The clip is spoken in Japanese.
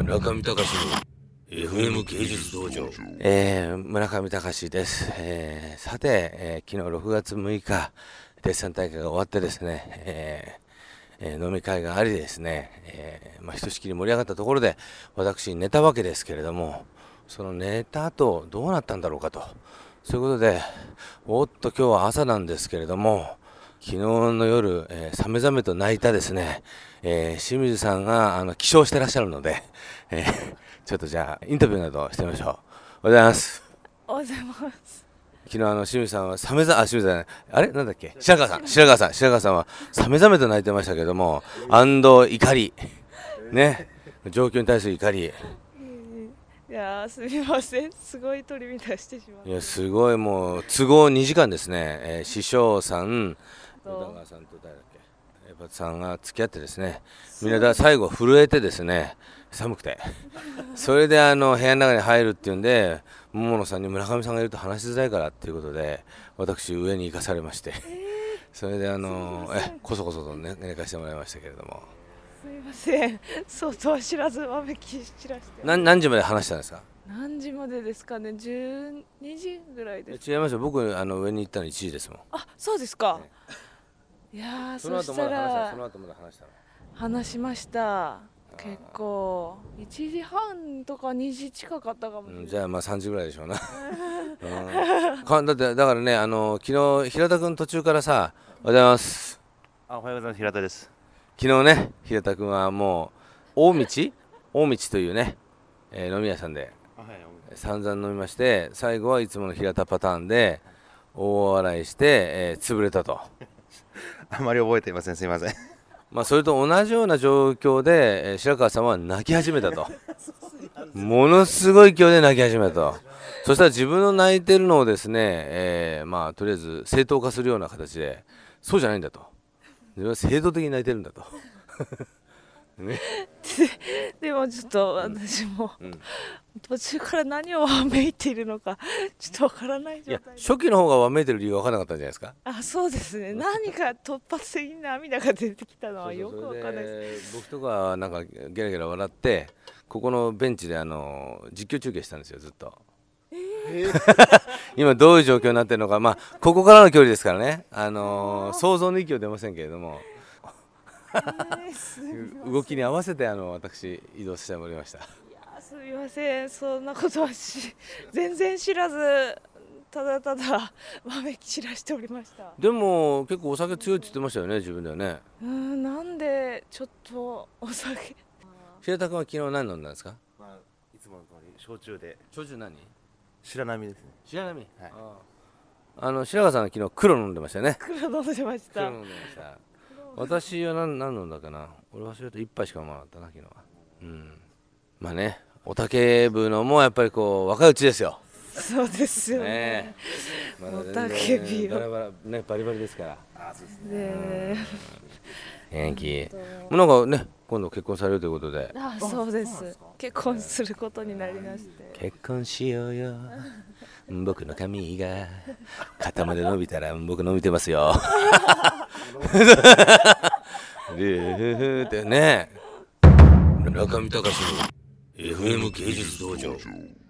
村上隆の FM 芸術道場。村上隆です。さて、昨日6月6日デッサン大会が終わってですね、飲み会がありですね、ひとしきり盛り上がったところで私寝たわけですけれども、その寝た後どうなったんだろうかと、そういうことで今日は朝なんですけれども、昨日の夜、さめざめと泣いたですね、清水さんが起床してらっしゃるので、ちょっとじゃあインタビューなどしてみましょう。おはようございます。 おはようございます。 昨日清水さんは清水さん、あれなんだっけ、白川さんはさめざめと泣いてましたけども、怒りね、状況に対する怒り。 いやすみません、すごい取り乱してしまって。 いやすごい、もう都合2時間ですね、師匠さん、宇田川さんと誰だっけ、エバさんが付き合ってですね、みんな最後震えてですね、寒くてそれで部屋の中に入るっていうんで、桃野さんに村上さんがいると話しづらいからっていうことで私上に行かされまして、それでこそこそとね寝かしてもらいましたけれども。 すみません、そうとは知らず豆き散らして。 何時まで話したんですか？ 何時までですかね。12時ぐらいです。 違いますよ、僕上に行ったの1時ですもん。 あ、そうですか、 ね、 いやそのそしたら後まだ話したの？ 話しました。結構1時半とか2時近かったかもしれない、 じゃあ3時ぐらいでしょうなだってだからね、昨日平田君途中からさ、おはようございます。 おはようございます。平田です。 昨日ね、平田君はもう大道というね、飲み屋さんで散々飲みまして、最後はいつもの平田パターンで大笑いして、潰れたとあまり覚えていません。すみません。 それと同じような状況で、白川さんは泣き始めたとものすごい勢いで泣き始めたと。そしたら自分の泣いてるのをですね、とりあえず正当化するような形で、そうじゃないんだと、自分は正当的に泣いてるんだとね、 でもちょっと私も、途中から何をわめいているのかちょっとわからない状態。 いや、初期の方がわめいてる理由が分からなかったんじゃないですか。 そうですね、何か突発的に涙が出てきたのはよくわかんないです。 僕とかなんかゲラゲラ笑って、ここのベンチで実況中継したんですよ、ずっと。今どういう状況になってるのか、ここからの距離ですからね、想像の域を出ませんけれども動きに合わせて私移動しておりました。 いやすみません、そんなことは全然知らず、ただただ豆散らしておりました。 でも結構お酒強いって言ってましたよね、自分ではね。 なんでちょっとお酒。 平田君は昨日何飲んだんですか？ いつもの通り焼酎で。 焼酎何？ 白波ですね。 白波。 はい。 白川さんは昨日黒飲んでましたよね。 黒飲んでました。 黒飲んでました。私は何飲んだかな、俺忘れた、1杯しか飲まなかったな昨日は。ね、おたけ部のもやっぱりこう若いうちですよ。 そうですよね。おたけびをバリバリですから。 そうですね。 元気。なんかね、今度結婚されるということで。 そうです。結婚することになりまして。 結婚しようよ。僕の髪が肩まで伸びたら僕伸びてますよ。ってね。村上隆の FM 芸術道場。